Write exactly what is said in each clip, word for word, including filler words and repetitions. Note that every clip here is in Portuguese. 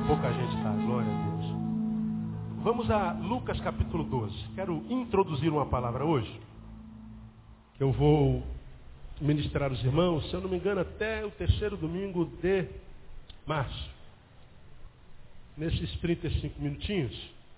Pouca gente está, glória a Deus. Vamos a Lucas capítulo doze. Quero introduzir uma palavra hoje, que eu vou ministrar aos irmãos, se eu não me engano, até o terceiro domingo de março. Nesses trinta e cinco minutinhos,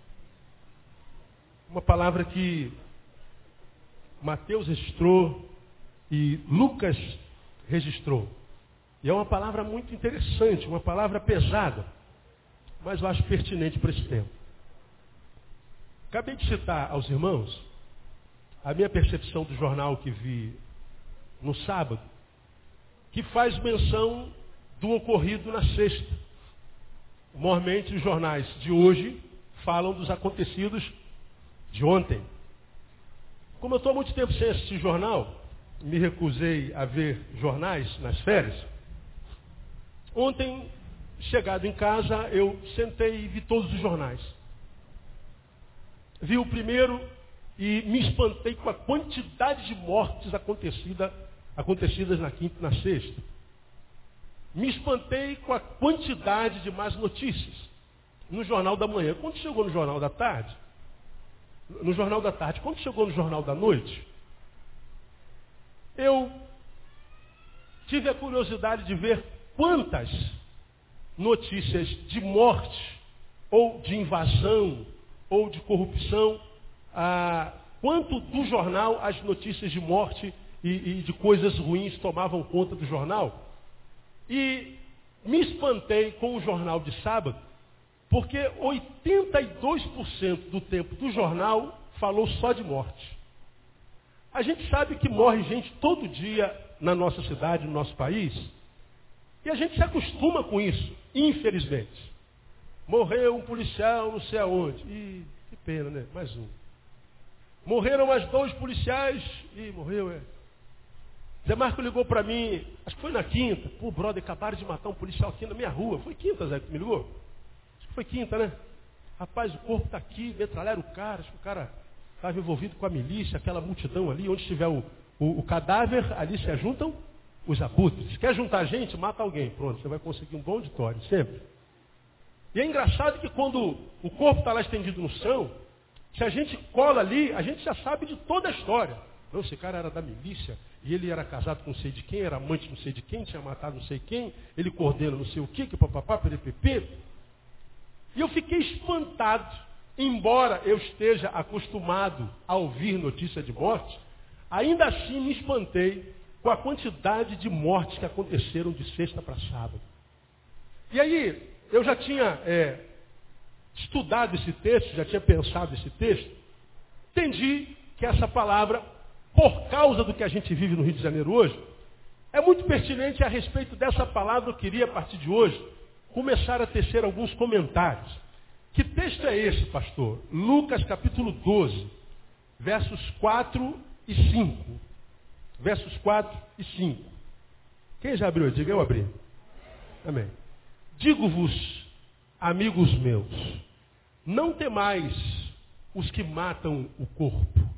uma palavra que Mateus registrou e Lucas registrou. E é uma palavra muito interessante, uma palavra pesada, mas eu acho pertinente para esse tempo. Acabei de citar aos irmãos a minha percepção do jornal que vi no sábado, que faz menção do ocorrido na sexta. Normalmente os jornais de hoje falam dos acontecidos de ontem. Como eu estou há muito tempo sem assistir jornal, me recusei a ver jornais nas férias. Ontem, chegado em casa, eu sentei e vi todos os jornais. Vi o primeiro e me espantei com a quantidade de mortes acontecida, acontecidas na quinta e na sexta. Me espantei com a quantidade de más notícias no Jornal da Manhã. Quando chegou no Jornal da Tarde, no Jornal da Tarde, quando chegou no Jornal da Noite, eu tive a curiosidade de ver quantas notícias de morte, ou de invasão, ou de corrupção, ah, quanto do jornal as notícias de morte e, e de coisas ruins tomavam conta do jornal. E me espantei com o jornal de sábado, porque oitenta e dois por cento do tempo do jornal falou só de morte. A gente sabe que morre gente todo dia na nossa cidade, no nosso país, e a gente se acostuma com isso, infelizmente. Morreu um policial não sei aonde. Ih, que pena, né? Mais um. Morreram mais dois policiais. Ih, morreu, é. Zé Marco ligou para mim, acho que foi na quinta. Pô, brother, acabaram de matar um policial aqui na minha rua. Foi quinta, Zé, que me ligou? Acho que foi quinta, né? Rapaz, o corpo está aqui, metralharam o cara. Acho que o cara estava envolvido com a milícia, aquela multidão ali. Onde estiver o, o, o cadáver, ali se ajuntam os abutres. Quer juntar gente? Mata alguém. Pronto, você vai conseguir um bom auditório, sempre. E é engraçado que quando o corpo está lá estendido no chão, se a gente cola ali, a gente já sabe de toda a história. Não, esse cara era da milícia, e ele era casado com não sei de quem, era amante não sei de quem, tinha matado não sei quem, ele coordena não sei o quê, que papapá, perepepê. E eu fiquei espantado, embora eu esteja acostumado a ouvir notícia de morte, ainda assim me espantei com a quantidade de mortes que aconteceram de sexta para sábado. E aí, eu já tinha é, estudado esse texto, já tinha pensado esse texto, entendi que essa palavra, por causa do que a gente vive no Rio de Janeiro hoje, é muito pertinente. A respeito dessa palavra, eu queria, a partir de hoje, começar a tecer alguns comentários. Que texto é esse, pastor? Lucas capítulo doze, versos quatro e cinco. Versos quatro e cinco. Quem já abriu? Diga, eu abri. Amém. Digo-vos, amigos meus, não temais os que matam o corpo.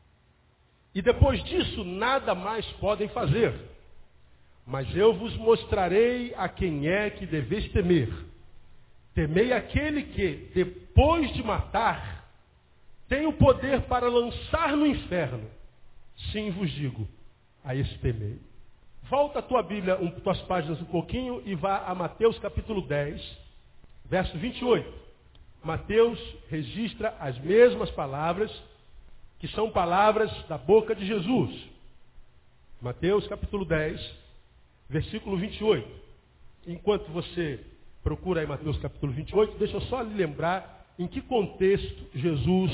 E depois disso nada mais podem fazer. Mas eu vos mostrarei a quem é que deveis temer. Temei aquele que, depois de matar, tem o poder para lançar no inferno. Sim, vos digo, a esse temei. Volta a tua Bíblia, um, tuas páginas um pouquinho e vá a Mateus capítulo dez, verso vinte e oito. Mateus registra as mesmas palavras, que são palavras da boca de Jesus. Mateus capítulo dez, versículo vinte e oito. Enquanto você procura aí Mateus capítulo vinte e oito, deixa eu só lhe lembrar em que contexto Jesus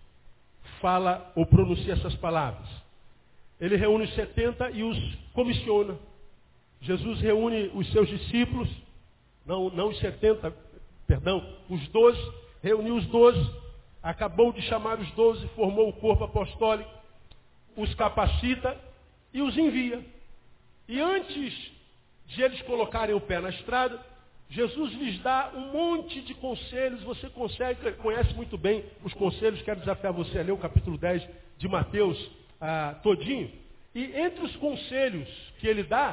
fala ou pronuncia essas palavras. Ele reúne os setenta e os comissiona. Jesus reúne os seus discípulos, não, não os setenta, perdão, os doze, reuniu os doze, acabou de chamar os doze, formou o corpo apostólico, os capacita e os envia. E antes de eles colocarem o pé na estrada, Jesus lhes dá um monte de conselhos. Você consegue, conhece muito bem os conselhos. Quero desafiar você a ler o capítulo dez de Mateus ah, todinho. E entre os conselhos que ele dá,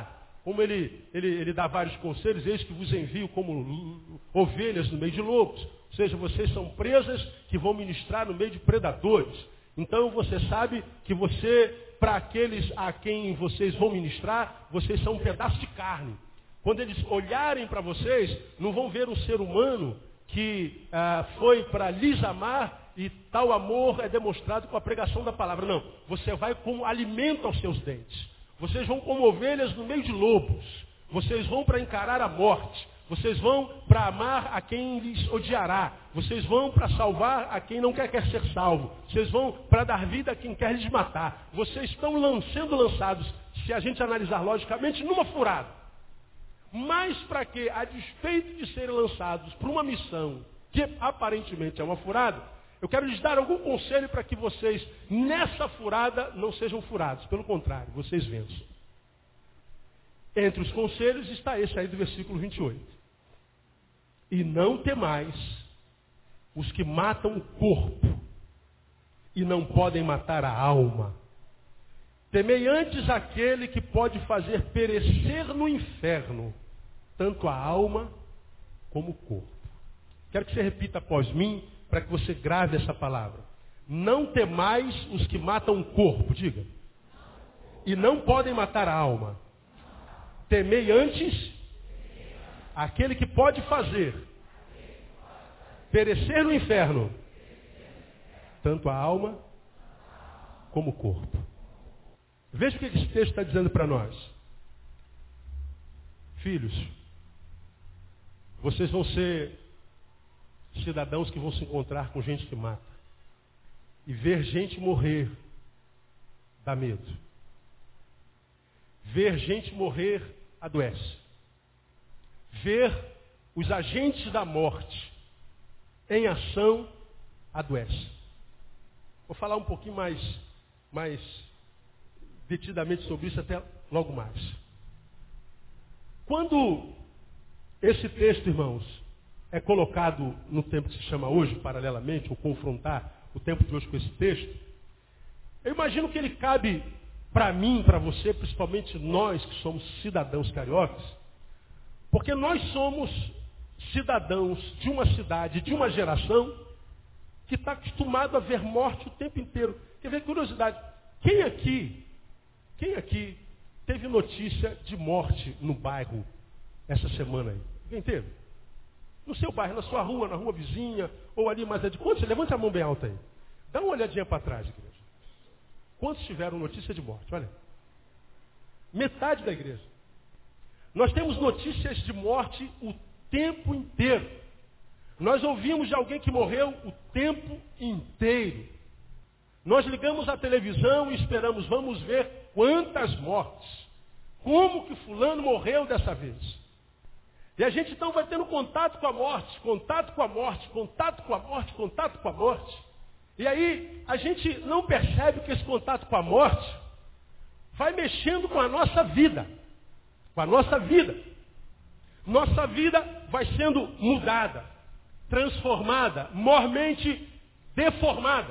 como ele, ele, ele dá vários conselhos, eis que vos envio como ovelhas no meio de lobos. Ou seja, vocês são presas que vão ministrar no meio de predadores. Então você sabe que você, para aqueles a quem vocês vão ministrar, vocês são um pedaço de carne. Quando eles olharem para vocês, não vão ver um ser humano que ah, foi para lhes amar e tal amor é demonstrado com a pregação da palavra. Não, você vai como alimento aos seus dentes. Vocês vão como ovelhas no meio de lobos. Vocês vão para encarar a morte. Vocês vão para amar a quem lhes odiará. Vocês vão para salvar a quem não quer, quer ser salvo. Vocês vão para dar vida a quem quer lhes matar. Vocês estão lan- sendo lançados, se a gente analisar logicamente, numa furada. Mas para que, a despeito de serem lançados para uma missão que aparentemente é uma furada, eu quero lhes dar algum conselho para que vocês, nessa furada, não sejam furados. Pelo contrário, vocês vençam. Entre os conselhos está esse aí do versículo vinte e oito. E não temais os que matam o corpo e não podem matar a alma. Temei antes aquele que pode fazer perecer no inferno tanto a alma como o corpo. Quero que você repita após mim, para que você grave essa palavra. Não temais os que matam o corpo, diga. E não podem matar a alma. Temei antes aquele que pode fazer perecer no inferno tanto a alma como o corpo. Veja o que esse texto está dizendo para nós. Filhos, vocês vão ser cidadãos que vão se encontrar com gente que mata. E ver gente morrer dá medo. Ver gente morrer adoece. Ver os agentes da morte em ação adoece. Vou falar um pouquinho mais, mais detidamente sobre isso até logo mais. Quando esse texto, irmãos, é colocado no tempo que se chama hoje, paralelamente, ou confrontar o tempo de hoje com esse texto, eu imagino que ele cabe para mim, para você, principalmente nós que somos cidadãos cariocas, porque nós somos cidadãos de uma cidade, de uma geração, que está acostumado a ver morte o tempo inteiro. Quer ver, curiosidade, quem aqui, quem aqui teve notícia de morte no bairro essa semana aí? Quem teve? No seu bairro, na sua rua, na rua vizinha, ou ali mais adiante. Quantos? Levante a mão bem alta aí. Dá uma olhadinha para trás, igreja. Quantos tiveram notícia de morte? Olha. Metade da igreja. Nós temos notícias de morte o tempo inteiro. Nós ouvimos de alguém que morreu o tempo inteiro. Nós ligamos a televisão e esperamos, vamos ver quantas mortes. Como que fulano morreu dessa vez? E a gente então vai tendo contato com a morte, contato com a morte, contato com a morte, contato com a morte. E aí a gente não percebe que esse contato com a morte vai mexendo com a nossa vida. Com a nossa vida. Nossa vida vai sendo mudada, transformada, mormente deformada.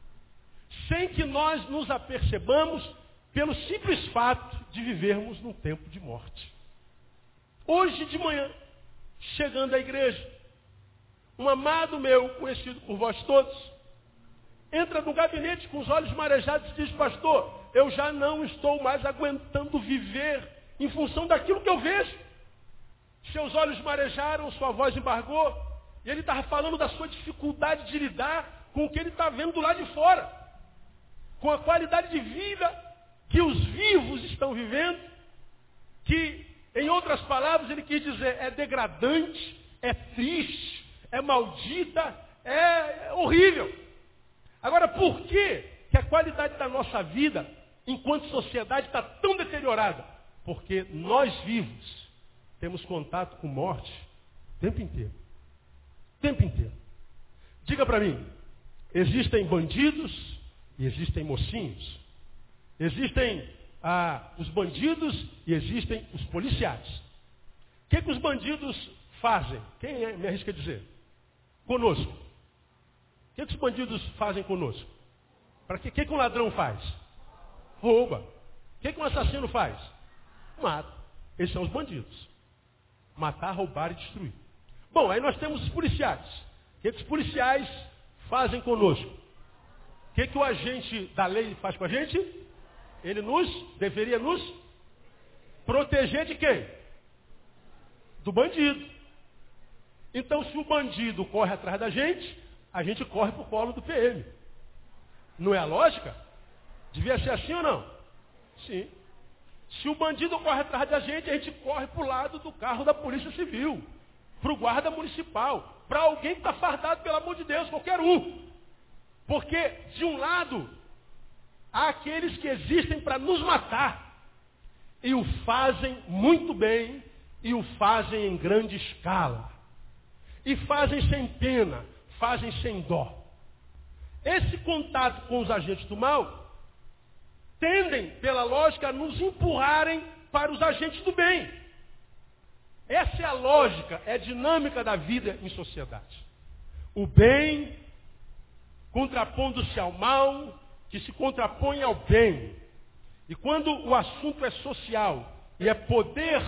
Sem que nós nos apercebamos pelo simples fato de vivermos num tempo de morte. Hoje de manhã, chegando à igreja, um amado meu, conhecido por vós todos, entra no gabinete com os olhos marejados e diz: pastor, eu já não estou mais aguentando viver em função daquilo que eu vejo. Seus olhos marejaram, sua voz embargou, e ele estava falando da sua dificuldade de lidar com o que ele está vendo do lado de fora, com a qualidade de vida que os vivos estão vivendo, que, em outras palavras, ele quis dizer, é degradante, é triste, é maldita, é horrível. Agora, por que que a qualidade da nossa vida, enquanto sociedade, está tão deteriorada? Porque nós vivos temos contato com morte o tempo inteiro. O tempo inteiro. Diga para mim, existem bandidos e existem mocinhos. Existem ah, os bandidos e existem os policiais. O que, que os bandidos fazem? Quem é, me arrisca dizer? Conosco. O que, que os bandidos fazem conosco? Para que, que, que um ladrão faz? Rouba. O que, que um assassino faz? Mata. Esses são os bandidos. Matar, roubar e destruir. Bom, aí nós temos os policiais. O que, que os policiais fazem conosco? O que, que o agente da lei faz com a gente? Ele nos, deveria nos proteger de quem? Do bandido. Então, se o bandido corre atrás da gente, a gente corre para o colo do P M. Não é a lógica? Devia ser assim ou não? Sim. Se o bandido corre atrás da gente, a gente corre para o lado do carro da Polícia Civil, para o guarda municipal, para alguém que está fardado, pelo amor de Deus, qualquer um. Porque, de um lado, há aqueles que existem para nos matar, e o fazem muito bem, e o fazem em grande escala. E fazem sem pena, fazem sem dó. Esse contato com os agentes do mal tendem, pela lógica, a nos empurrarem para os agentes do bem. Essa é a lógica, é a dinâmica da vida em sociedade. O bem contrapondo-se ao mal, que se contrapõe ao bem. E quando o assunto é social e é poder,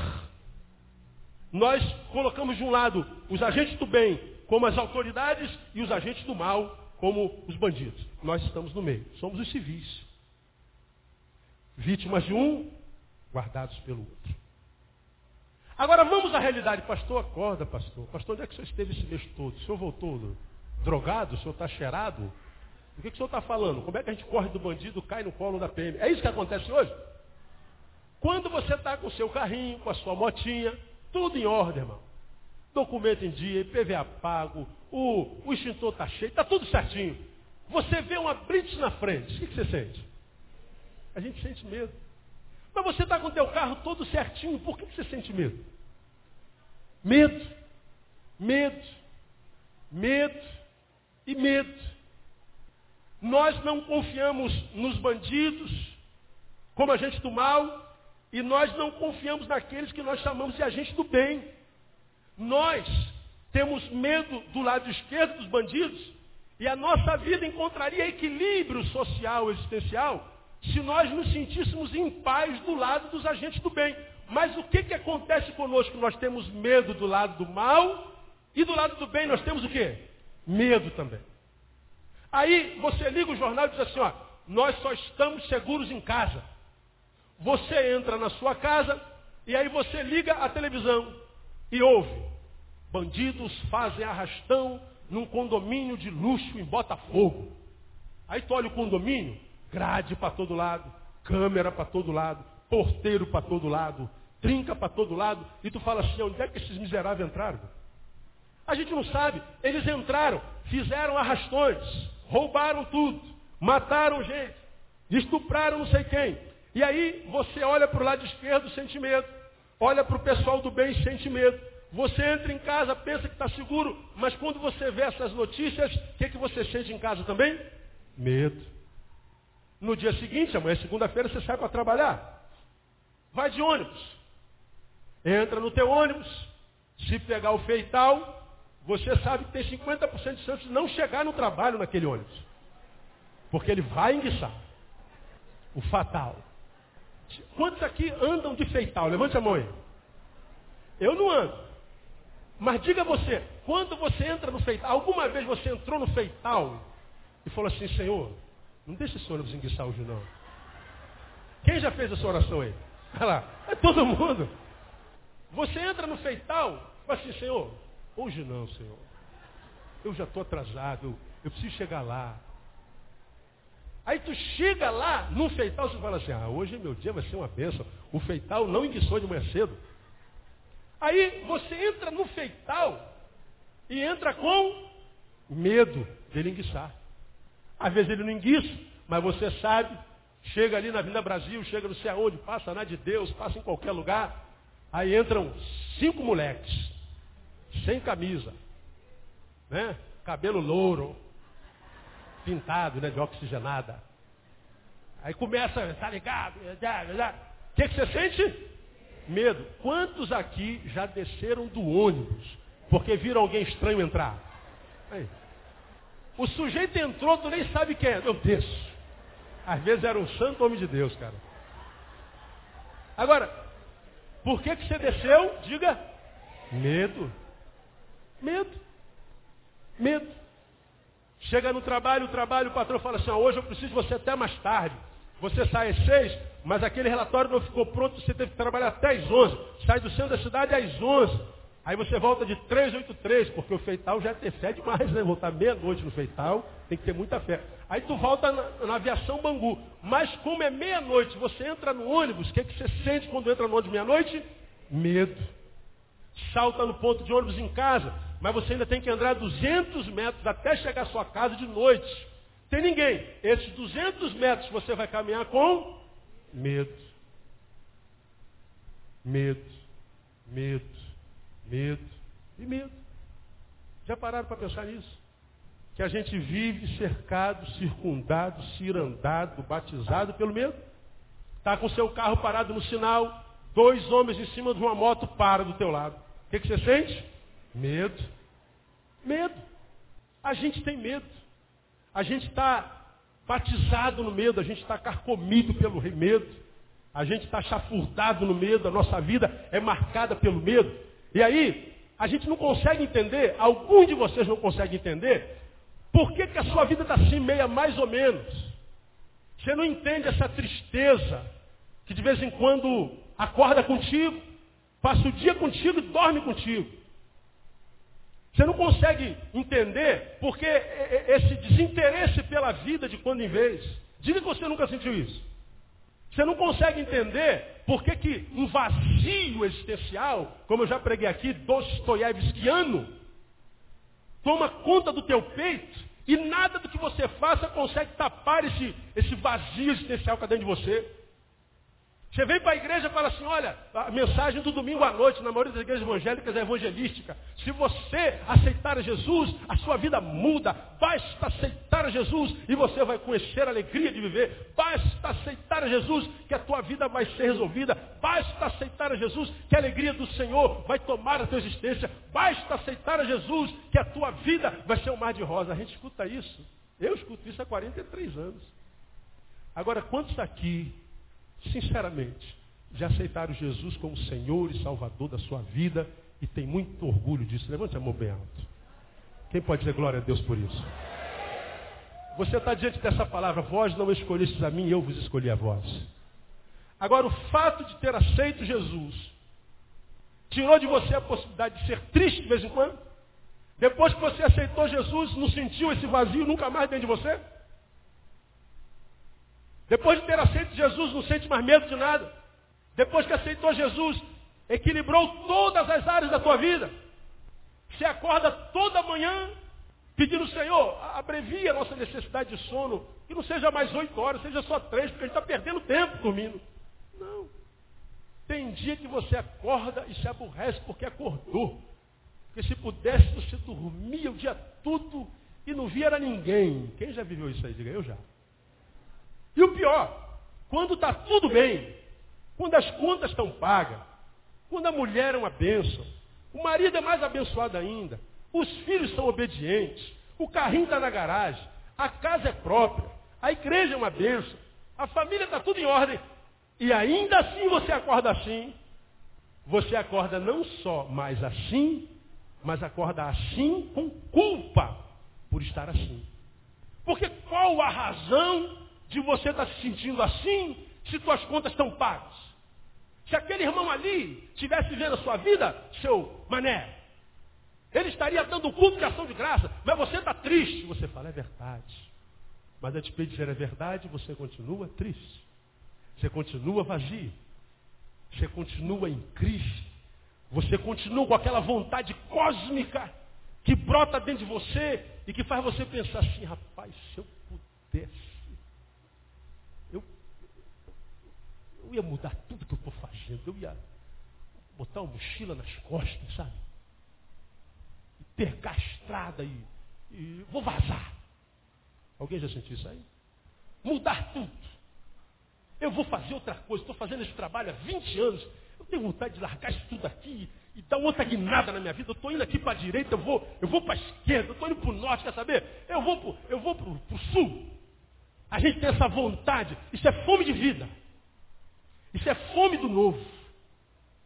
nós colocamos de um lado os agentes do bem como as autoridades e os agentes do mal como os bandidos. Nós estamos no meio, somos os civis. Vítimas de um, guardados pelo outro. Agora vamos à realidade. Pastor, acorda, pastor. Pastor, onde é que o senhor esteve esse mês todo? O senhor voltou drogado? O senhor está cheirado? O que, que o senhor está falando? Como é que a gente corre do bandido, cai no colo da P M? É isso que acontece hoje? Quando você está com o seu carrinho, com a sua motinha, tudo em ordem, irmão. Documento em dia, I P V A pago, o, o extintor está cheio, está tudo certinho. Você vê uma blitz na frente, o que, que você sente? A gente sente medo. Mas você está com o teu carro todo certinho, por que, que você sente medo? Medo, medo, medo e medo. Nós não confiamos nos bandidos como agentes do mal e nós não confiamos naqueles que nós chamamos de agentes do bem. Nós temos medo do lado esquerdo dos bandidos e a nossa vida encontraria equilíbrio social, existencial, se nós nos sentíssemos em paz do lado dos agentes do bem. Mas o que, que acontece conosco? Nós temos medo do lado do mal e do lado do bem nós temos o quê? Medo também. Aí você liga o jornal e diz assim, ó, nós só estamos seguros em casa. Você entra na sua casa e aí você liga a televisão e ouve. Bandidos fazem arrastão num condomínio de luxo em Botafogo. Aí tu olha o condomínio, grade para todo lado, câmera para todo lado, porteiro para todo lado, trinca para todo lado, e tu fala assim, onde é que esses miseráveis entraram? A gente não sabe, eles entraram, fizeram arrastões, roubaram tudo, mataram gente, estupraram não sei quem. E aí você olha para o lado esquerdo, sente medo, olha para o pessoal do bem, sente medo. Você entra em casa, pensa que está seguro, mas quando você vê essas notícias, o que, que você sente em casa também? Medo. No dia seguinte, amanhã é segunda-feira, você sai para trabalhar. Vai de ônibus. Entra no teu ônibus. Se pegar o feital, você sabe que tem cinquenta por cento de chance de não chegar no trabalho naquele ônibus. Porque ele vai enguiçar. O fatal. Quantos aqui andam de feital? Levante a mão aí. Eu não ando. Mas diga você, quando você entra no feital, alguma vez você entrou no feital e falou assim, Senhor, não deixa esse ônibus enguiçar hoje não. Quem já fez essa oração aí? Olha lá, é todo mundo. Você entra no feital e fala assim, Senhor, hoje não, Senhor. Eu já estou atrasado, eu, eu preciso chegar lá. Aí tu chega lá, no feital, você fala assim, ah, hoje meu dia vai ser uma bênção. O feital não enguiçou de manhã cedo. Aí você entra no feital e entra com medo dele enguiçar. Às vezes ele não enguiça, mas você sabe, chega ali na Avenida Brasil, chega não sei aonde, passa na de Deus, passa em qualquer lugar. Aí entram cinco moleques, sem camisa, né? Cabelo louro, pintado, né, de oxigenada. Aí começa, tá ligado? O que, que você sente? Medo. Quantos aqui já desceram do ônibus porque viram alguém estranho entrar? Aí. O sujeito entrou, tu nem sabe quem é. Eu desço. Às vezes era um santo homem de Deus, cara. Agora, Por que que você desceu? Diga. Medo. Medo. Medo. Chega no trabalho, o trabalho, o patrão fala assim, ó, hoje eu preciso de você até mais tarde. Você sai às seis, mas aquele relatório não ficou pronto, você teve que trabalhar até às onze. Sai do centro da cidade às onze. Aí você volta de três oito três, porque o feital já é ter fé demais, né? Voltar meia-noite no feital, tem que ter muita fé. Aí tu volta na, na aviação Bangu. Mas como é meia-noite, você entra no ônibus, o que, que você sente quando entra no ônibus meia-noite? Medo. Salta no ponto de ônibus em casa, mas você ainda tem que andar duzentos metros até chegar à sua casa de noite. Tem ninguém. Esses duzentos metros você vai caminhar com medo. Medo. Medo. Medo. E medo. Já pararam para pensar nisso? Que a gente vive cercado, circundado, cirandado, batizado pelo medo. Está com seu carro parado no sinal, dois homens em cima de uma moto param do teu lado. O que, que você sente? Medo. Medo. A gente tem medo. A gente está batizado no medo, a gente está carcomido pelo medo, a gente está chafurdado no medo, a nossa vida é marcada pelo medo. E aí, a gente não consegue entender, alguns de vocês não conseguem entender, por que, que a sua vida está assim, meia mais ou menos. Você não entende essa tristeza, que de vez em quando acorda contigo, passa o dia contigo e dorme contigo. Você não consegue entender porque esse desinteresse pela vida de quando em vez. Diga que você nunca sentiu isso. Você não consegue entender porque que um vazio existencial, como eu já preguei aqui, dostoiévskiano, toma conta do teu peito e nada do que você faça consegue tapar esse, esse vazio existencial que está dentro de você. Você vem para a igreja e fala assim, olha, a mensagem do domingo à noite, na maioria das igrejas evangélicas é evangelística. Se você aceitar a Jesus, a sua vida muda. Basta aceitar a Jesus e você vai conhecer a alegria de viver. Basta aceitar a Jesus que a tua vida vai ser resolvida. Basta aceitar a Jesus que a alegria do Senhor vai tomar a tua existência. Basta aceitar a Jesus que a tua vida vai ser um mar de rosa. A gente escuta isso. Eu escuto isso há quarenta e três anos. Agora, quantos aqui, sinceramente, já aceitaram Jesus como Senhor e Salvador da sua vida e tem muito orgulho disso? Levante a mão bem alto. Quem pode dizer glória a Deus por isso? Você está diante dessa palavra, vós não escolhestes a mim, eu vos escolhi a vós. Agora, o fato de ter aceito Jesus tirou de você a possibilidade de ser triste de vez em quando? Depois que você aceitou Jesus, não sentiu esse vazio nunca mais dentro de você? Depois de ter aceito Jesus, não sente mais medo de nada. Depois que aceitou Jesus, equilibrou todas as áreas da tua vida. Você acorda toda manhã pedindo, Senhor, abrevia a nossa necessidade de sono, que não seja mais oito horas, seja só três, porque a gente está perdendo tempo dormindo. Não. Tem dia que você acorda e se aborrece porque acordou. Porque se pudesse, você dormia o dia todo e não via era ninguém. Quem já viveu isso aí? Diga, eu já. E o pior, quando está tudo bem, quando as contas estão pagas, quando a mulher é uma bênção, o marido é mais abençoado ainda, os filhos são obedientes, o carrinho está na garagem, a casa é própria, a igreja é uma bênção, a família está tudo em ordem, e ainda assim você acorda assim, você acorda não só mais assim, mas acorda assim com culpa por estar assim. Porque qual a razão de você estar se sentindo assim, se tuas contas estão pagas? Se aquele irmão ali estivesse vendo a sua vida, seu mané, ele estaria dando um culto de ação de graça, mas você está triste. Você fala, é verdade. Mas a despeito de dizer é verdade, você continua triste. Você continua vazio. Você continua em crise. Você continua com aquela vontade cósmica que brota dentro de você e que faz você pensar assim, rapaz, se eu pudesse, eu ia mudar tudo que eu estou fazendo. Eu ia botar uma mochila nas costas, sabe? E percar a estrada e, e vou vazar. Alguém já sentiu isso aí? Mudar tudo. Eu vou fazer outra coisa. Estou fazendo esse trabalho há vinte anos. Eu tenho vontade de largar isso tudo aqui e dar outra guinada na minha vida. Eu estou indo aqui para a direita, eu vou, eu vou para a esquerda, eu estou indo para o norte, quer saber? Eu vou para eu vou para o sul. A gente tem essa vontade. Isso é fome de vida. Isso é fome do novo.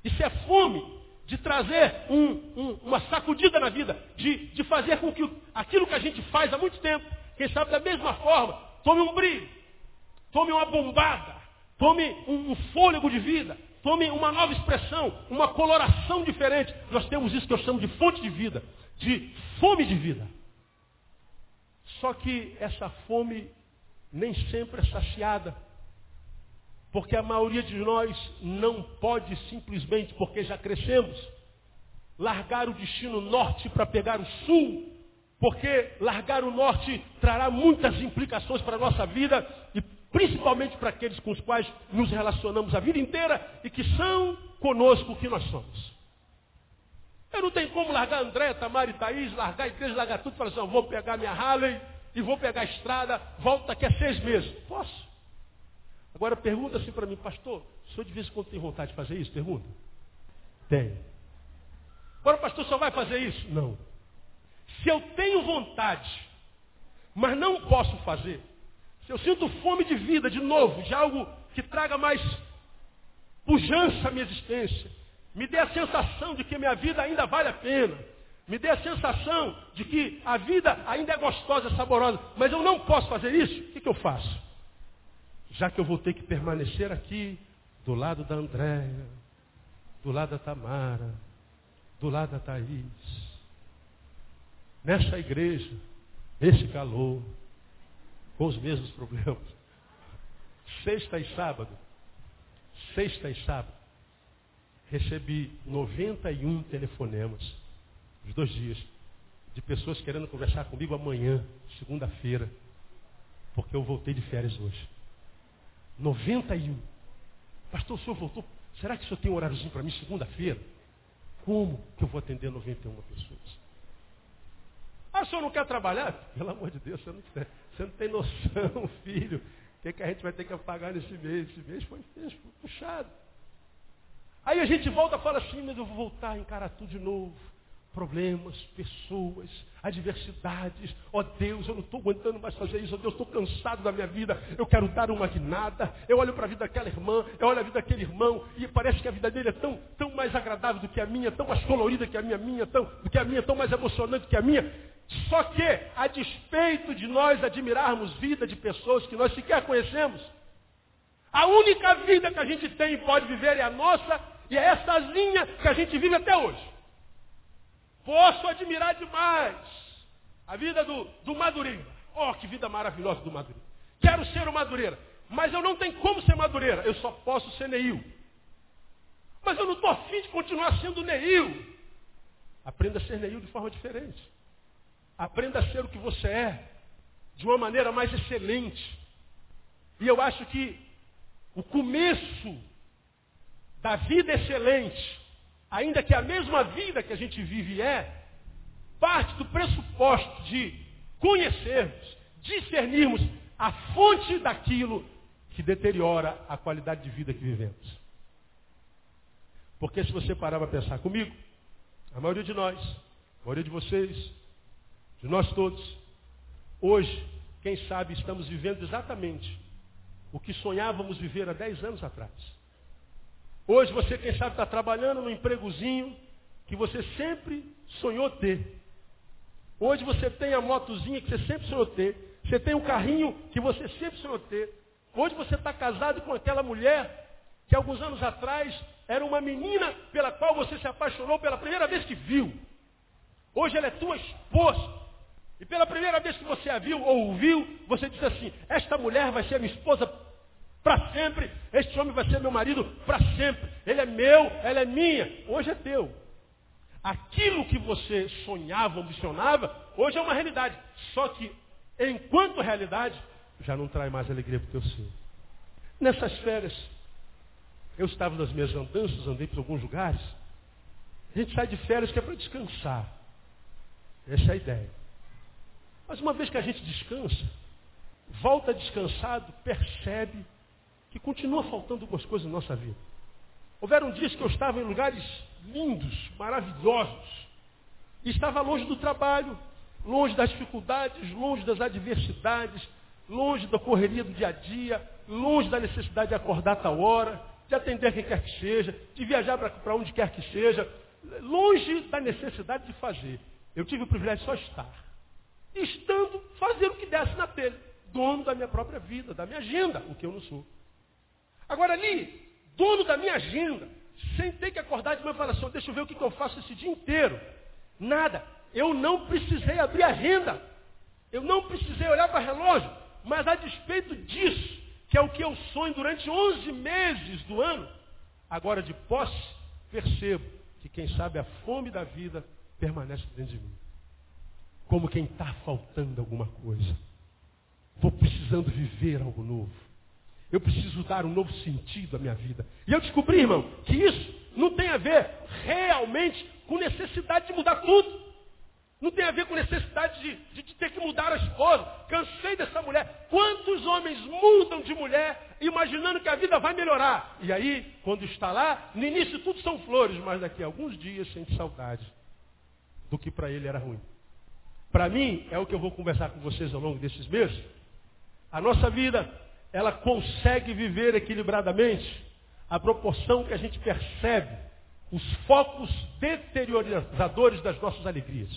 Isso é fome de trazer um, um, uma sacudida na vida, de, de fazer com que aquilo que a gente faz há muito tempo, quem sabe da mesma forma, tome um brilho, tome uma bombada, tome um, um fôlego de vida, tome uma nova expressão, uma coloração diferente. Nós temos isso que eu chamo de fonte de vida, de fome de vida. Só que essa fome nem sempre é saciada. Porque a maioria de nós não pode simplesmente, porque já crescemos, largar o destino norte para pegar o sul. Porque largar o norte trará muitas implicações para a nossa vida e principalmente para aqueles com os quais nos relacionamos a vida inteira e que são conosco o que nós somos. Eu não tenho como largar André, Tamara e Thaís, largar a igreja, largar tudo e falar assim, vou pegar minha Harley e vou pegar a estrada, volto daqui a seis meses. Posso. Agora pergunta assim para mim, pastor, o senhor de vez em quando tem vontade de fazer isso? Pergunta. Tem. Agora, pastor, só vai fazer isso? Não. Se eu tenho vontade, mas não posso fazer, se eu sinto fome de vida, de novo, de algo que traga mais pujança à minha existência, me dê a sensação de que minha vida ainda vale a pena, me dê a sensação de que a vida ainda é gostosa, saborosa, mas eu não posso fazer isso, o que, que eu faço? Já que eu vou ter que permanecer aqui, do lado da Andréia, do lado da Tamara, do lado da Thaís, nessa igreja, nesse calor, com os mesmos problemas. Sexta e sábado, sexta e sábado, recebi noventa e um telefonemas, os dois dias, de pessoas querendo conversar comigo amanhã, segunda-feira, porque eu voltei de férias hoje. noventa e um. Pastor, o senhor voltou? Será que o senhor tem um horáriozinho para mim segunda-feira? Como que eu vou atender noventa e uma pessoas? Ah, o senhor não quer trabalhar? Pelo amor de Deus, você não, você não tem noção, filho. O que, é que a gente vai ter que pagar nesse mês? Esse mês foi, foi puxado. Aí a gente volta e fala assim, mas eu vou voltar a encarar tudo de novo. Problemas, pessoas, adversidades. Ó Deus, eu não estou aguentando mais fazer isso. Ó Deus, estou cansado da minha vida. Eu quero dar uma guinada. Eu olho para a vida daquela irmã, eu olho a vida daquele irmão, e parece que a vida dele é tão, tão mais agradável do que a minha, tão mais colorida que a minha, minha tão, do que a minha, tão mais emocionante que a minha. Só que, a despeito de nós admirarmos vida de pessoas que nós sequer conhecemos, a única vida que a gente tem e pode viver é a nossa, e é essazinha que a gente vive até hoje. Posso admirar demais a vida do, do Madureira. Oh, que vida maravilhosa do Madureira. Quero ser o Madureira. Mas eu não tenho como ser Madureira. Eu só posso ser Neil. Mas eu não estou afim de continuar sendo Neil. Aprenda a ser Neil de forma diferente. Aprenda a ser o que você é. De uma maneira mais excelente. E eu acho que o começo da vida excelente, ainda que a mesma vida que a gente vive é, parte do pressuposto de conhecermos, discernirmos a fonte daquilo que deteriora a qualidade de vida que vivemos. Porque se você parar para pensar comigo, a maioria de nós, a maioria de vocês, de nós todos, hoje, quem sabe, estamos vivendo exatamente o que sonhávamos viver há dez anos atrás. Hoje você, quem sabe, está trabalhando num empregozinho que você sempre sonhou ter. Hoje você tem a motozinha que você sempre sonhou ter. Você tem um carrinho que você sempre sonhou ter. Hoje você está casado com aquela mulher que alguns anos atrás era uma menina pela qual você se apaixonou pela primeira vez que viu. Hoje ela é tua esposa. E pela primeira vez que você a viu ou ouviu, você disse assim, esta mulher vai ser minha esposa para sempre, este homem vai ser meu marido para sempre. Ele é meu, ela é minha. Hoje é teu. Aquilo que você sonhava, ambicionava, hoje é uma realidade. Só que, enquanto realidade, já não traz mais alegria para o teu ser. Nessas férias, eu estava nas minhas andanças, andei por alguns lugares. A gente sai de férias que é para descansar. Essa é a ideia. Mas uma vez que a gente descansa, volta descansado, percebe que continua faltando algumas coisas na nossa vida. Houveram dias que eu estava em lugares lindos, maravilhosos, e estava longe do trabalho, longe das dificuldades, longe das adversidades, longe da correria do dia a dia, longe da necessidade de acordar a tal hora, de atender quem quer que seja, de viajar para onde quer que seja, longe da necessidade de fazer. Eu tive o privilégio de só estar. Estando, fazer o que desse na telha. Dono da minha própria vida, da minha agenda, o que eu não sou. Agora ali, dono da minha agenda, sem ter que acordar de manhã e falar assim, deixa eu ver o que eu faço esse dia inteiro. Nada. Eu não precisei abrir a agenda. Eu não precisei olhar para relógio. Mas a despeito disso, que é o que eu sonho durante onze meses do ano, agora de posse, percebo que quem sabe a fome da vida permanece dentro de mim. Como quem está faltando alguma coisa. Estou precisando viver algo novo. Eu preciso dar um novo sentido à minha vida. E eu descobri, irmão, que isso não tem a ver realmente com necessidade de mudar tudo. Não tem a ver com necessidade de, de, de ter que mudar a esposa. Cansei dessa mulher. Quantos homens mudam de mulher imaginando que a vida vai melhorar? E aí, quando está lá, no início tudo são flores, mas daqui a alguns dias sente saudade do que para ele era ruim. Para mim, é o que eu vou conversar com vocês ao longo desses meses. A nossa vida, ela consegue viver equilibradamente à proporção que a gente percebe os focos deteriorizadores das nossas alegrias.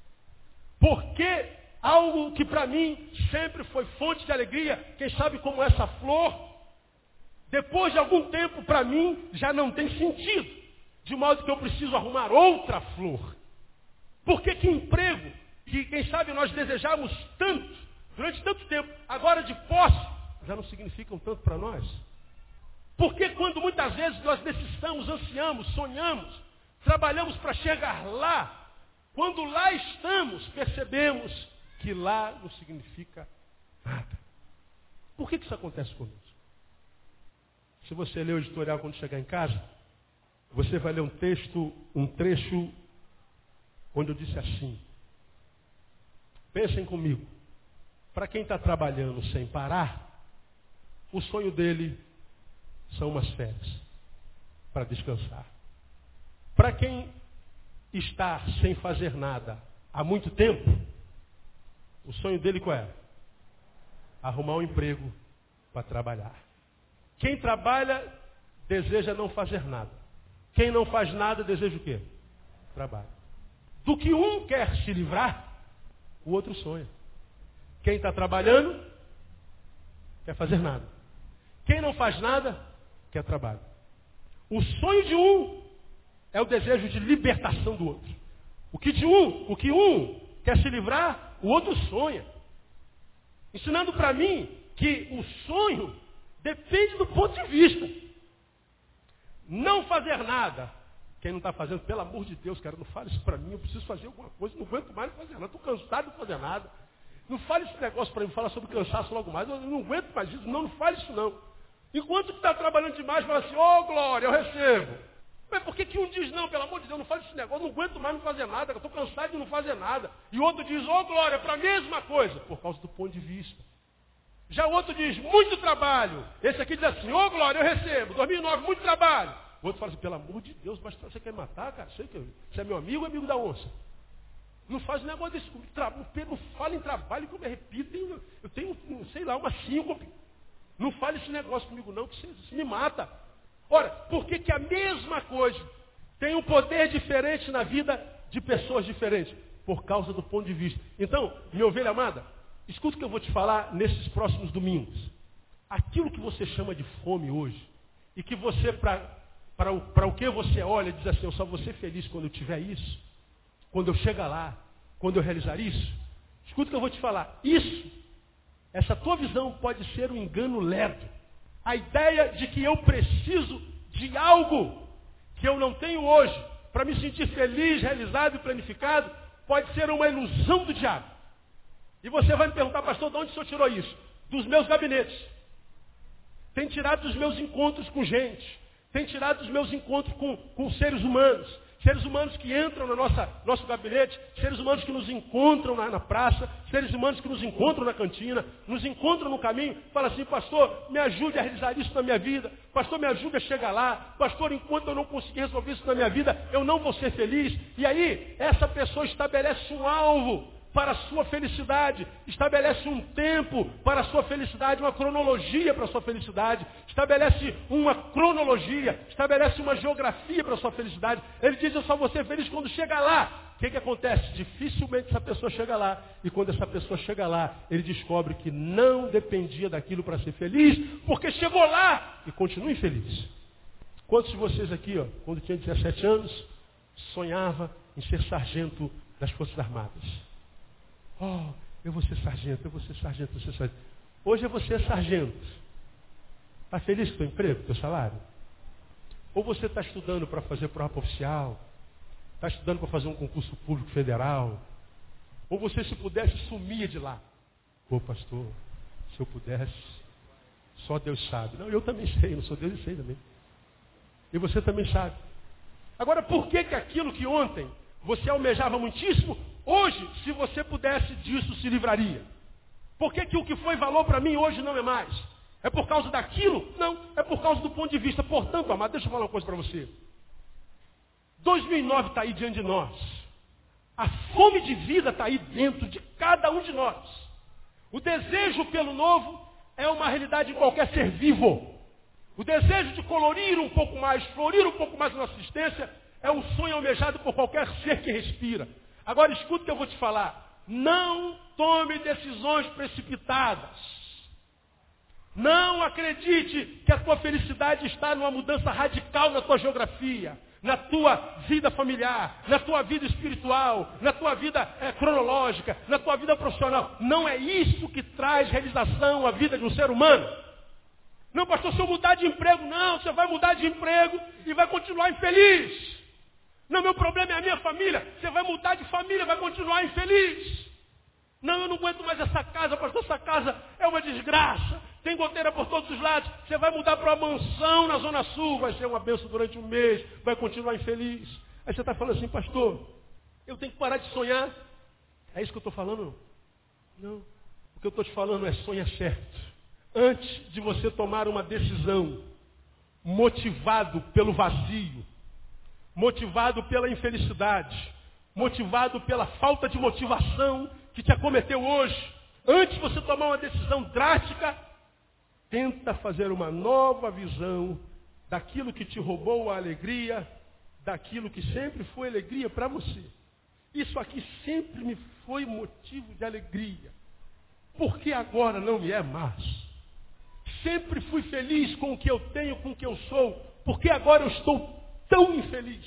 Porque algo que para mim sempre foi fonte de alegria, quem sabe como essa flor, depois de algum tempo para mim já não tem sentido. De modo que eu preciso arrumar outra flor. Porque que emprego, que quem sabe nós desejamos tanto, durante tanto tempo, agora de posse, já não significam tanto para nós. Porque quando muitas vezes nós necessitamos, ansiamos, sonhamos, trabalhamos para chegar lá, quando lá estamos, percebemos que lá não significa nada. Por que que isso acontece conosco? Se você ler o editorial quando chegar em casa, você vai ler um texto, um trecho, onde eu disse assim, pensem comigo, para quem está trabalhando sem parar, o sonho dele são umas férias, para descansar. Para quem está sem fazer nada há muito tempo, o sonho dele qual é? Arrumar um emprego para trabalhar. Quem trabalha deseja não fazer nada. Quem não faz nada deseja o quê? Trabalho. Do que um quer se livrar, o outro sonha. Quem está trabalhando, quer fazer nada. Quem não faz nada, quer trabalho. O sonho de um é o desejo de libertação do outro. O que de um, o que um quer se livrar, o outro sonha. Ensinando para mim que o sonho depende do ponto de vista. Não fazer nada. Quem não está fazendo, pelo amor de Deus, cara, não fale isso para mim, eu preciso fazer alguma coisa, não aguento mais fazer nada, estou cansado de fazer nada. Não fale esse negócio para mim, fala sobre cansaço logo mais, eu não aguento mais isso, não, não fale isso não. Enquanto tu está trabalhando demais, fala assim, ô oh, glória, eu recebo. Mas por que, que um diz, não, pelo amor de Deus, não fale esse negócio, não aguento mais não fazer nada, eu estou cansado de não fazer nada. E o outro diz, ô oh, glória, para a mesma coisa, por causa do ponto de vista. Já o outro diz, muito trabalho. Esse aqui diz assim, ô oh, glória, eu recebo, dois mil e nove, muito trabalho. O outro fala assim, pelo amor de Deus, mas você quer me matar, cara? Sei que você é meu amigo ou amigo da onça? Não faz um negócio desse comigo. Não fala em trabalho que eu me repito. Eu tenho, sei lá, uma síncope. Não fale esse negócio comigo não, que você, você me mata. Ora, por que que a mesma coisa tem um poder diferente na vida de pessoas diferentes? Por causa do ponto de vista. Então, minha ovelha amada, escuta o que eu vou te falar nesses próximos domingos. Aquilo que você chama de fome hoje, e que você, para para o, para o que você olha, diz assim, eu só vou ser feliz quando eu tiver isso, quando eu chegar lá, quando eu realizar isso. Escuta o que eu vou te falar. Isso, essa tua visão pode ser um engano lerdo. A ideia de que eu preciso de algo que eu não tenho hoje, para me sentir feliz, realizado e planificado, pode ser uma ilusão do diabo. E você vai me perguntar, pastor, de onde o senhor tirou isso? Dos meus gabinetes. Tem tirado dos meus encontros com gente. Tem tirado dos meus encontros com, com seres humanos. Seres humanos que entram no nossa, nosso gabinete, seres humanos que nos encontram na, na praça, seres humanos que nos encontram na cantina, nos encontram no caminho, fala assim, pastor, me ajude a realizar isso na minha vida, pastor, me ajude a chegar lá, pastor, enquanto eu não conseguir resolver isso na minha vida, eu não vou ser feliz. E aí, essa pessoa estabelece um alvo para a sua felicidade. Estabelece um tempo para a sua felicidade, uma cronologia para a sua felicidade. Estabelece uma cronologia, estabelece uma geografia para a sua felicidade. Ele diz, eu só vou ser feliz quando chegar lá. O que, que acontece? Dificilmente essa pessoa chega lá. E quando essa pessoa chega lá, ele descobre que não dependia daquilo para ser feliz, porque chegou lá e continua infeliz. Quantos de vocês aqui, ó, quando tinha dezessete anos, sonhava em ser sargento das Forças Armadas? Oh, eu vou ser sargento, eu vou ser sargento, eu vou ser sargento. Hoje você é sargento. Está feliz com o teu emprego, com o teu salário? Ou você está estudando para fazer prova oficial? Está estudando para fazer um concurso público federal? Ou você, se pudesse, sumia de lá? Pô, pastor, se eu pudesse, só Deus sabe. Não, eu também sei, não sou Deus e sei também. E você também sabe. Agora, por que que aquilo que ontem você almejava muitíssimo, hoje, se você pudesse disso, se livraria? Por que que o que foi valor para mim hoje não é mais? É por causa daquilo? Não, é por causa do ponto de vista. Portanto, amado, deixa eu falar uma coisa para você. dois mil e nove está aí diante de nós. A fome de vida está aí dentro de cada um de nós. O desejo pelo novo é uma realidade em qualquer ser vivo. O desejo de colorir um pouco mais, florir um pouco mais a nossa existência, é um sonho almejado por qualquer ser que respira. Agora escuta o que eu vou te falar. Não tome decisões precipitadas. Não acredite que a tua felicidade está numa mudança radical na tua geografia, na tua vida familiar, na tua vida espiritual, na tua vida é, cronológica, na tua vida profissional. Não é isso que traz realização à vida de um ser humano. Não, pastor, se eu mudar de emprego, não, você vai mudar de emprego e vai continuar infeliz. Não, meu problema é a minha família, você vai mudar de família, vai continuar infeliz. Não, eu não aguento mais essa casa, pastor, essa casa é uma desgraça. Tem goteira por todos os lados. Você vai mudar para uma mansão na Zona Sul, vai ser uma bênção durante um mês, vai continuar infeliz. Aí você está falando assim, pastor, eu tenho que parar de sonhar. É isso que eu estou falando? Não. O que eu estou te falando é sonha certo. Antes de você tomar uma decisão, motivado pelo vazio, motivado pela infelicidade, motivado pela falta de motivação que te acometeu hoje, antes de você tomar uma decisão drástica, tenta fazer uma nova visão daquilo que te roubou a alegria, daquilo que sempre foi alegria para você. Isso aqui sempre me foi motivo de alegria. Por que agora não me é mais? Sempre fui feliz com o que eu tenho, com o que eu sou. Por que agora eu estou tão infeliz?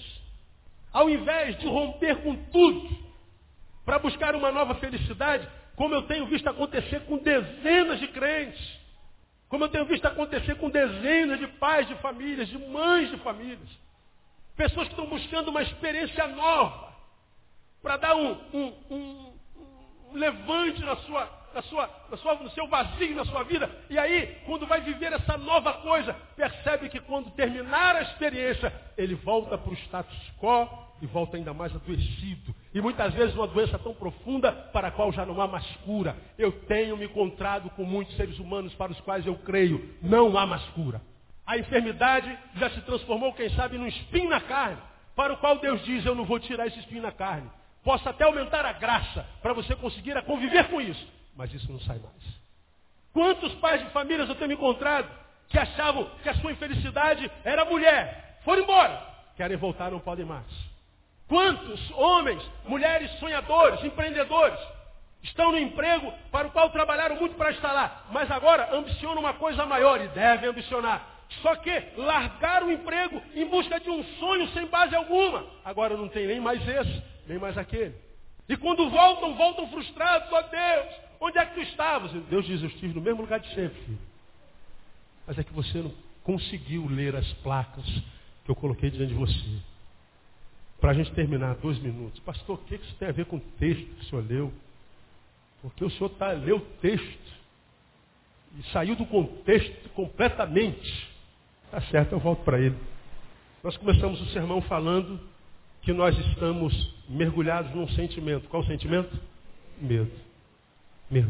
Ao invés de romper com tudo para buscar uma nova felicidade, como eu tenho visto acontecer com dezenas de crentes, como eu tenho visto acontecer com dezenas de pais de famílias, de mães de famílias, pessoas que estão buscando uma experiência nova, para dar um, um, um, um levante na sua, na sua, na sua, no seu vazio, na sua vida, e aí, quando vai viver essa nova coisa, percebe que quando terminar a experiência, ele volta para o status quo, e volta ainda mais adoecido. E muitas vezes uma doença tão profunda para a qual já não há mais cura. Eu tenho me encontrado com muitos seres humanos para os quais eu creio, não há mais cura. A enfermidade já se transformou, quem sabe, num espinho na carne, para o qual Deus diz, eu não vou tirar esse espinho na carne. Posso até aumentar a graça para você conseguir a conviver com isso, mas isso não sai mais. Quantos pais de famílias eu tenho me encontrado que achavam que a sua infelicidade era a mulher, foram embora, querem voltar, não podem mais. Quantos homens, mulheres sonhadores, empreendedores, estão no emprego para o qual trabalharam muito para estar lá, mas agora ambicionam uma coisa maior e devem ambicionar. Só que largaram o emprego em busca de um sonho sem base alguma. Agora não tem nem mais esse, nem mais aquele. E quando voltam, voltam frustrados. Ó Deus, onde é que tu estavas? Deus diz, eu estive no mesmo lugar de sempre, filho. Mas é que você não conseguiu ler as placas que eu coloquei diante de você. Para a gente terminar, dois minutos. Pastor, o que isso tem a ver com o texto que o senhor leu? Porque o senhor tá, leu o texto e saiu do contexto completamente. Tá certo, eu volto para ele. Nós começamos o sermão falando que nós estamos mergulhados num sentimento. Qual o sentimento? Medo. Medo.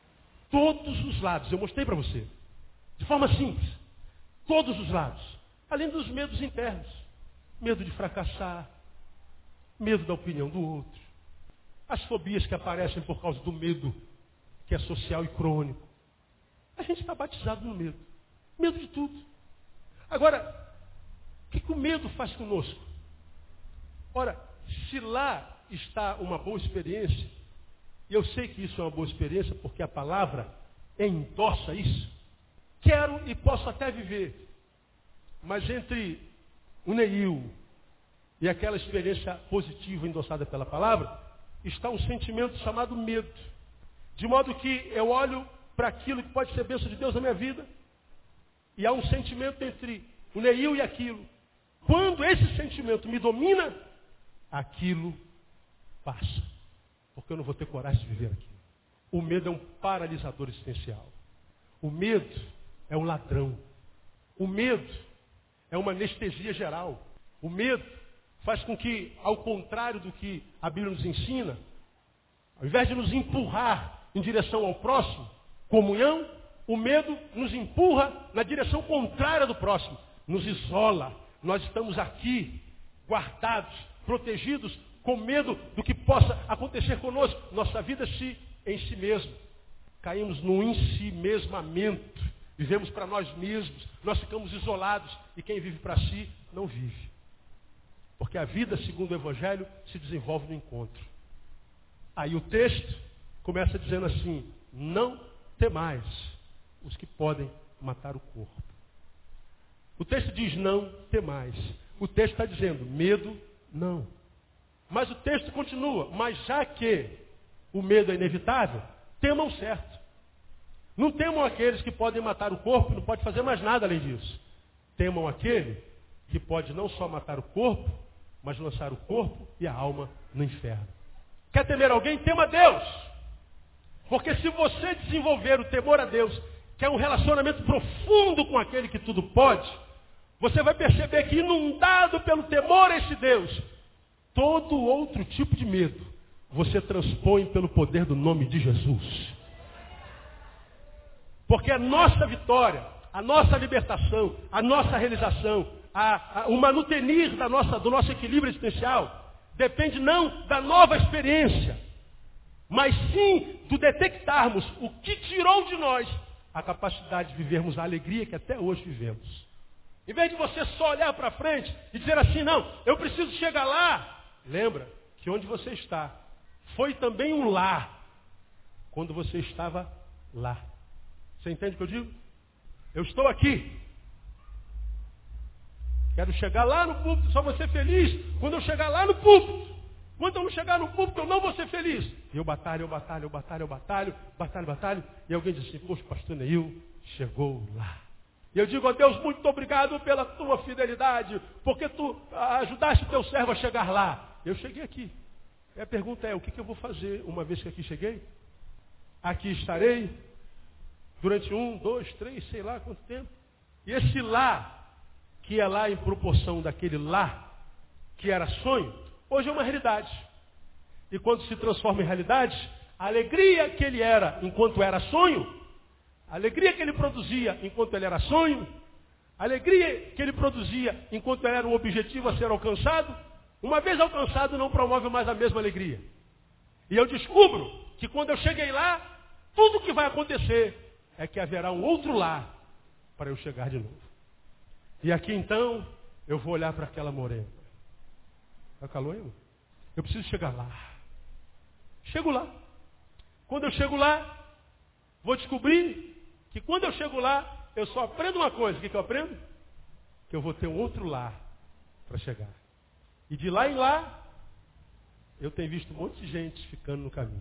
Todos os lados, eu mostrei para você. De forma simples. Todos os lados. Além dos medos internos. Medo de fracassar. Medo da opinião do outro. as fobias que aparecem por causa do medo, que é social e crônico. A gente está batizado no medo. Medo de tudo. Agora, o que, que o medo faz conosco? Ora, se lá está uma boa experiência, e eu sei que isso é uma boa experiência, porque a palavra endossa isso, quero e posso até viver. Mas entre o Neil e aquela experiência positiva endossada pela palavra, está um sentimento chamado medo. De modo que eu olho para aquilo que pode ser bênção de Deus na minha vida, e há um sentimento entre o Neil e aquilo. Quando esse sentimento me domina, aquilo passa. Porque eu não vou ter coragem de viver aquilo. O medo é um paralisador existencial. O medo é um ladrão. O medo é uma anestesia geral. O medo faz com que, ao contrário do que a Bíblia nos ensina, ao invés de nos empurrar em direção ao próximo, comunhão, o medo nos empurra na direção contrária do próximo, nos isola. Nós estamos aqui, guardados, protegidos, com medo do que possa acontecer conosco. Nossa vida se em si mesmo. Caímos no ensimesmamento. Vivemos para nós mesmos. Nós ficamos isolados. E quem vive para si, não vive. Porque a vida, segundo o Evangelho, se desenvolve no encontro. Aí o texto começa dizendo assim: não temais os que podem matar o corpo. O texto diz não temais. O texto está dizendo medo não. Mas o texto continua: mas já que o medo é inevitável, temam certo. Não temam aqueles que podem matar o corpo e não pode fazer mais nada além disso. Temam aquele que pode não só matar o corpo, mas lançar o corpo e a alma no inferno. Quer temer alguém? Tema Deus. Porque se você desenvolver o temor a Deus, que é um relacionamento profundo com aquele que tudo pode, você vai perceber que, inundado pelo temor a esse Deus, todo outro tipo de medo você transpõe pelo poder do nome de Jesus. Porque a nossa vitória, a nossa libertação, a nossa realização, a, a, o manutenir da nossa, do nosso equilíbrio existencial, depende não da nova experiência, mas sim do detectarmos o que tirou de nós a capacidade de vivermos a alegria que até hoje vivemos. Em vez de você só olhar para frente e dizer assim: não, eu preciso chegar lá. Lembra que onde você está foi também um lar quando você estava lá. Você entende o que eu digo? Eu estou aqui. Quero chegar lá no púlpito, só vou ser feliz quando eu chegar lá no púlpito. Quando eu não chegar no púlpito, eu não vou ser feliz. E eu batalho, eu batalho, eu batalho, eu batalho, batalho, batalho. E alguém diz assim: poxa, pastor Neil chegou lá. E eu digo: ó Deus, muito obrigado pela tua fidelidade, porque tu ajudaste o teu servo a chegar lá. Eu cheguei aqui. E a pergunta é: o que, que eu vou fazer uma vez que aqui cheguei? Aqui estarei durante um, dois, três, sei lá quanto tempo. E esse lá, que é lá em proporção daquele lá, que era sonho, hoje é uma realidade. E quando se transforma em realidade, a alegria que ele era enquanto era sonho, a alegria que ele produzia enquanto ele era sonho, a alegria que ele produzia enquanto ele era um objetivo a ser alcançado, uma vez alcançado não promove mais a mesma alegria. E eu descubro que quando eu cheguei lá, tudo que vai acontecer é que haverá um outro lá para eu chegar de novo. E aqui então, eu vou olhar para aquela morena. Está calor aí? Eu preciso chegar lá. Chego lá. Quando eu chego lá, vou descobrir que quando eu chego lá, eu só aprendo uma coisa. O que, que eu aprendo? Que eu vou ter um outro lá para chegar. E de lá em lá, eu tenho visto um monte de gente ficando no caminho.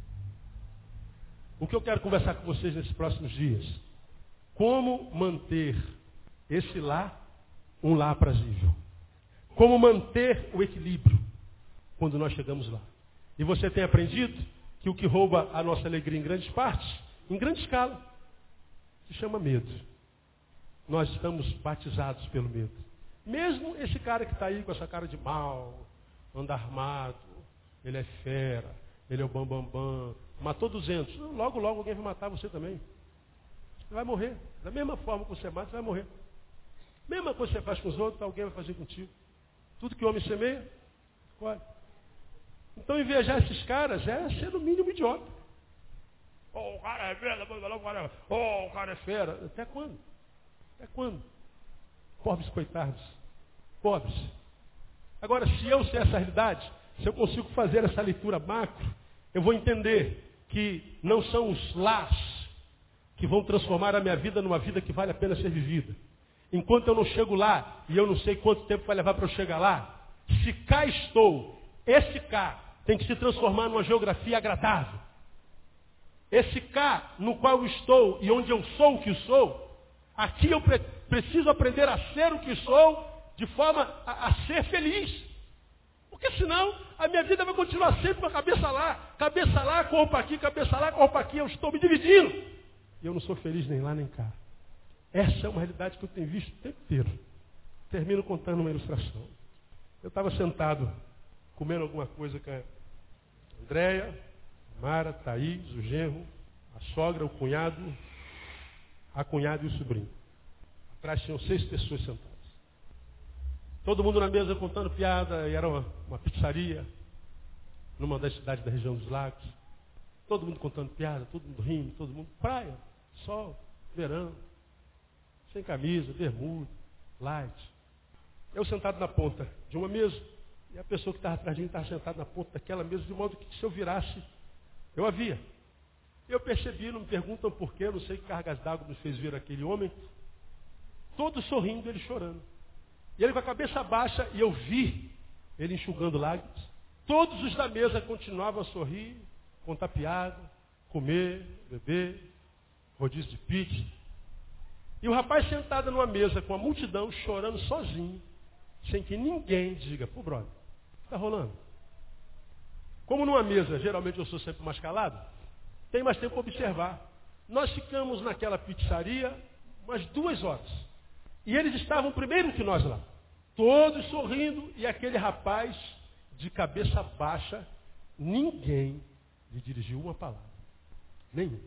O que eu quero conversar com vocês nesses próximos dias? Como manter esse lá um lá aprazível. Como manter o equilíbrio quando nós chegamos lá. E você tem aprendido que o que rouba a nossa alegria em grandes partes, em grande escala, se chama medo. Nós estamos batizados pelo medo. Mesmo esse cara que está aí com essa cara de mal, anda armado, ele é fera, ele é o bambambam, bam, bam, matou duzentos. Logo, logo alguém vai matar você também. Você vai morrer. Da mesma forma que você mata, você vai morrer. Mesma coisa que você faz com os outros, alguém vai fazer contigo. Tudo que o homem semeia, colhe. Então, invejar esses caras é ser no mínimo idiota. Oh, o cara é fera, o cara é... Oh, o cara é fera. Até quando? Até quando? Pobres coitados. Pobres. Agora, se eu sei essa realidade, se eu consigo fazer essa leitura macro, eu vou entender que não são os lás que vão transformar a minha vida numa vida que vale a pena ser vivida. Enquanto eu não chego lá, e eu não sei quanto tempo vai levar para eu chegar lá, se cá estou, esse cá tem que se transformar numa geografia agradável. Esse cá no qual eu estou e onde eu sou o que sou, aqui eu pre- preciso aprender a ser o que sou, de forma a, a ser feliz. Porque senão a minha vida vai continuar sempre com a cabeça lá. Cabeça lá, corpo aqui, cabeça lá, corpo aqui. Eu estou me dividindo. E eu não sou feliz nem lá nem cá. Essa é uma realidade que eu tenho visto o tempo inteiro. Termino contando uma ilustração. Eu estava sentado, comendo alguma coisa com a Andréia, a Mara, a Thaís, o genro, a sogra, o cunhado, a cunhada e o sobrinho. Atrás tinham seis pessoas sentadas. Todo mundo na mesa contando piada, e era uma, uma pizzaria, numa das cidades da região dos lagos. Todo mundo contando piada, todo mundo rindo, todo mundo. Praia, sol, verão, sem camisa, bermuda, light. Eu sentado na ponta de uma mesa, e a pessoa que estava atrás de mim estava sentada na ponta daquela mesa, de modo que se eu virasse, eu a via. Eu percebi, não me perguntam porquê, não sei que cargas d'água nos fez ver aquele homem, todo sorrindo, ele chorando. E ele com a cabeça baixa, e eu vi ele enxugando lágrimas. Todos os da mesa continuavam a sorrir, contar piada, comer, beber, rodízio de pizza. E o rapaz sentado numa mesa com a multidão, chorando sozinho, sem que ninguém diga, pô, brother, o que está rolando? Como numa mesa, geralmente eu sou sempre mais calado, tem mais tempo para observar. Nós ficamos naquela pizzaria umas duas horas. E eles estavam primeiro que nós lá. Todos sorrindo, e aquele rapaz, de cabeça baixa, ninguém lhe dirigiu uma palavra. Nenhum.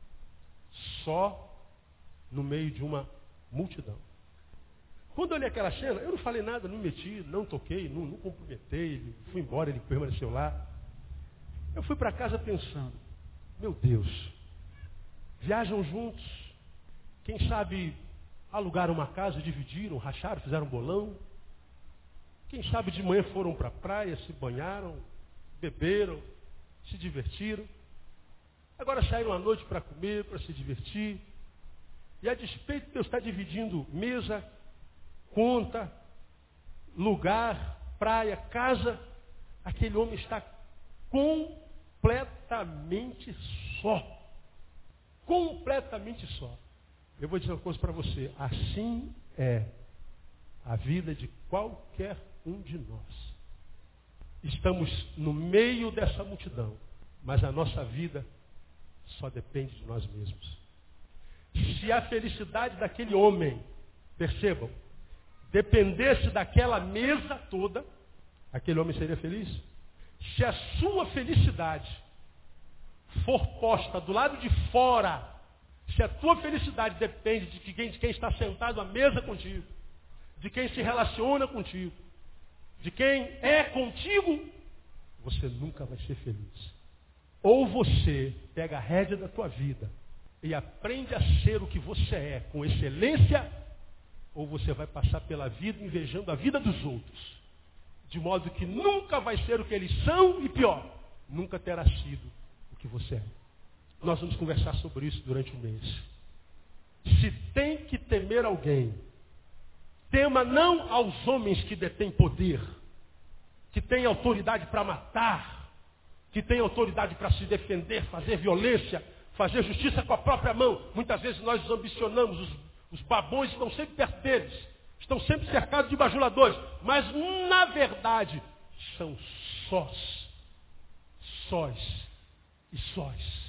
Só no meio de uma multidão. Quando eu olhei aquela cena, eu não falei nada, não me meti, não toquei, não, não cumprimentei, ele fui embora, ele permaneceu lá. Eu fui para casa pensando, meu Deus, viajam juntos, quem sabe alugaram uma casa, dividiram, racharam, fizeram um bolão. Quem sabe de manhã foram para a praia, se banharam, beberam, se divertiram. Agora saíram à noite para comer, para se divertir. E a despeito de eu estar dividindo mesa, conta, lugar, praia, casa, aquele homem está completamente só. Completamente só. Eu vou dizer uma coisa para você. Assim é a vida de qualquer um de nós. Estamos no meio dessa multidão, mas a nossa vida só depende de nós mesmos. Se a felicidade daquele homem, percebam, dependesse daquela mesa toda, aquele homem seria feliz? Se a sua felicidade for posta do lado de fora, se a tua felicidade depende de quem, de quem está sentado à mesa contigo, de quem se relaciona contigo, de quem é contigo, você nunca vai ser feliz. Ou você pega a rédea da tua vida e aprende a ser o que você é com excelência, ou você vai passar pela vida invejando a vida dos outros, de modo que nunca vai ser o que eles são e pior, nunca terá sido o que você é. Nós vamos conversar sobre isso durante o mês. Se tem que temer alguém, tema não aos homens que detêm poder, que têm autoridade para matar, que têm autoridade para se defender, fazer violência, fazer justiça com a própria mão. Muitas vezes nós os ambicionamos, os, os babões estão sempre perto deles, estão sempre cercados de bajuladores, mas na verdade são sós, sós e sós.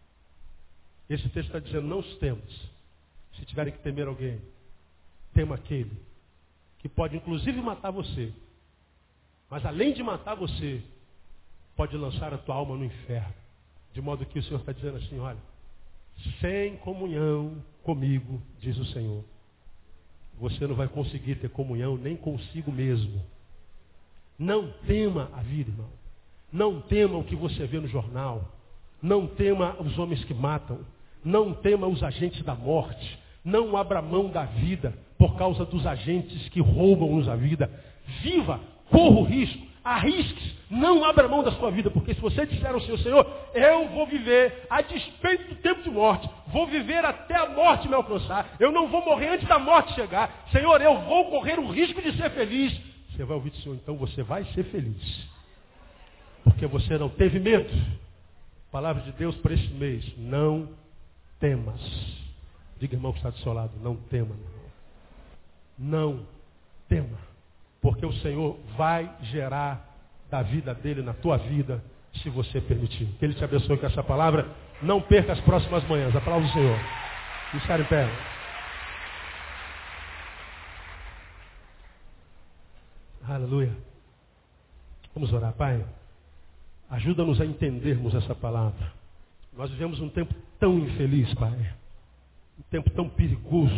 Esse texto está dizendo, não os temos. Se tiverem que temer alguém, tema aquele que pode inclusive matar você, mas além de matar você, pode lançar a tua alma no inferno. De modo que o Senhor está dizendo assim, olha, sem comunhão comigo, diz o Senhor, você não vai conseguir ter comunhão nem consigo mesmo. Não tema a vida, irmão. Não tema o que você vê no jornal. Não tema os homens que matam. Não tema os agentes da morte. Não abra mão da vida por causa dos agentes que roubam-nos a vida. Viva, corra o risco, arrisque, não abra mão da sua vida, porque se você disser ao Senhor, Senhor, eu vou viver a despeito do tempo de morte, vou viver até a morte me alcançar, eu não vou morrer antes da morte chegar, Senhor, eu vou correr o risco de ser feliz. Você vai ouvir do Senhor, então você vai ser feliz, porque você não teve medo. Palavra de Deus para esse mês, não temas. Diga, irmão que está do seu lado, não tema. Não tema. Porque o Senhor vai gerar da vida dele na tua vida, se você permitir. Que Ele te abençoe com essa palavra. Não perca as próximas manhãs. A palavra do Senhor. Estar em pé. Aleluia. Vamos orar, Pai. Ajuda-nos a entendermos essa palavra. Nós vivemos um tempo tão infeliz, Pai. Um tempo tão perigoso.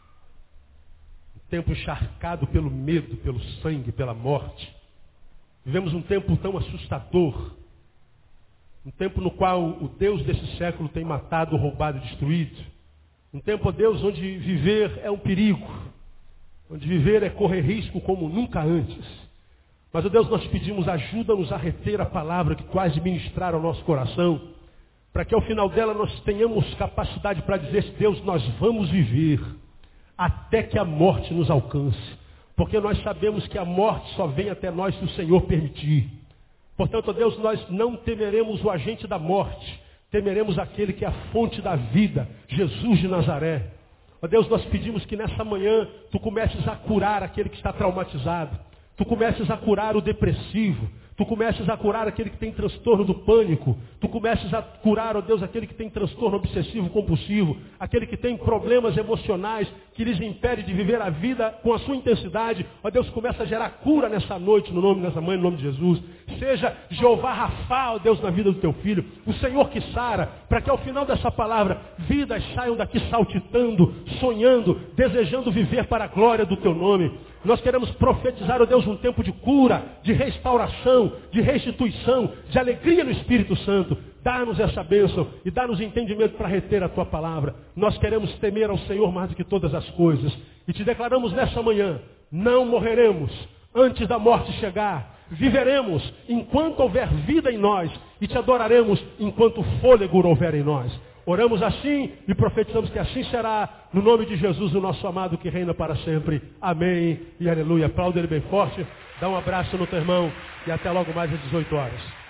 Um tempo encharcado pelo medo, pelo sangue, pela morte. Vivemos um tempo tão assustador. Um tempo no qual o Deus desse século tem matado, roubado e destruído. Um tempo, ó Deus, onde viver é um perigo. Onde viver é correr risco como nunca antes. Mas, ó Deus, nós pedimos, ajuda-nos a reter a palavra que tu has de ministrar ao nosso coração. Para que ao final dela nós tenhamos capacidade para dizer, Deus, nós vamos viver até que a morte nos alcance. Porque nós sabemos que a morte só vem até nós se o Senhor permitir. Portanto, ó Deus, nós não temeremos o agente da morte. Temeremos aquele que é a fonte da vida, Jesus de Nazaré. Ó Deus, nós pedimos que nessa manhã tu comeces a curar aquele que está traumatizado. Tu comeces a curar o depressivo. Tu comeces a curar aquele que tem transtorno do pânico. Tu comeces a curar, ó Deus, aquele que tem transtorno obsessivo compulsivo. Aquele que tem problemas emocionais que lhes impede de viver a vida com a sua intensidade. Ó Deus, começa a gerar cura nessa noite, no nome dessa mãe, no nome de Jesus. Seja Jeová Rafá, ó Deus, na vida do teu filho. O Senhor que sara, para que ao final dessa palavra, vidas saiam daqui saltitando, sonhando, desejando viver para a glória do teu nome. Nós queremos profetizar, ó Deus, um tempo de cura, de restauração, de restituição, de alegria no Espírito Santo. Dá-nos essa bênção e dá-nos entendimento para reter a tua palavra. Nós queremos temer ao Senhor mais do que todas as coisas. E te declaramos nessa manhã, não morreremos antes da morte chegar. Viveremos enquanto houver vida em nós e te adoraremos enquanto fôlego houver em nós. Oramos assim e profetizamos que assim será, no nome de Jesus, o nosso amado que reina para sempre. Amém e aleluia. Aplauda ele bem forte, dá um abraço no teu irmão e até logo mais às dezoito horas.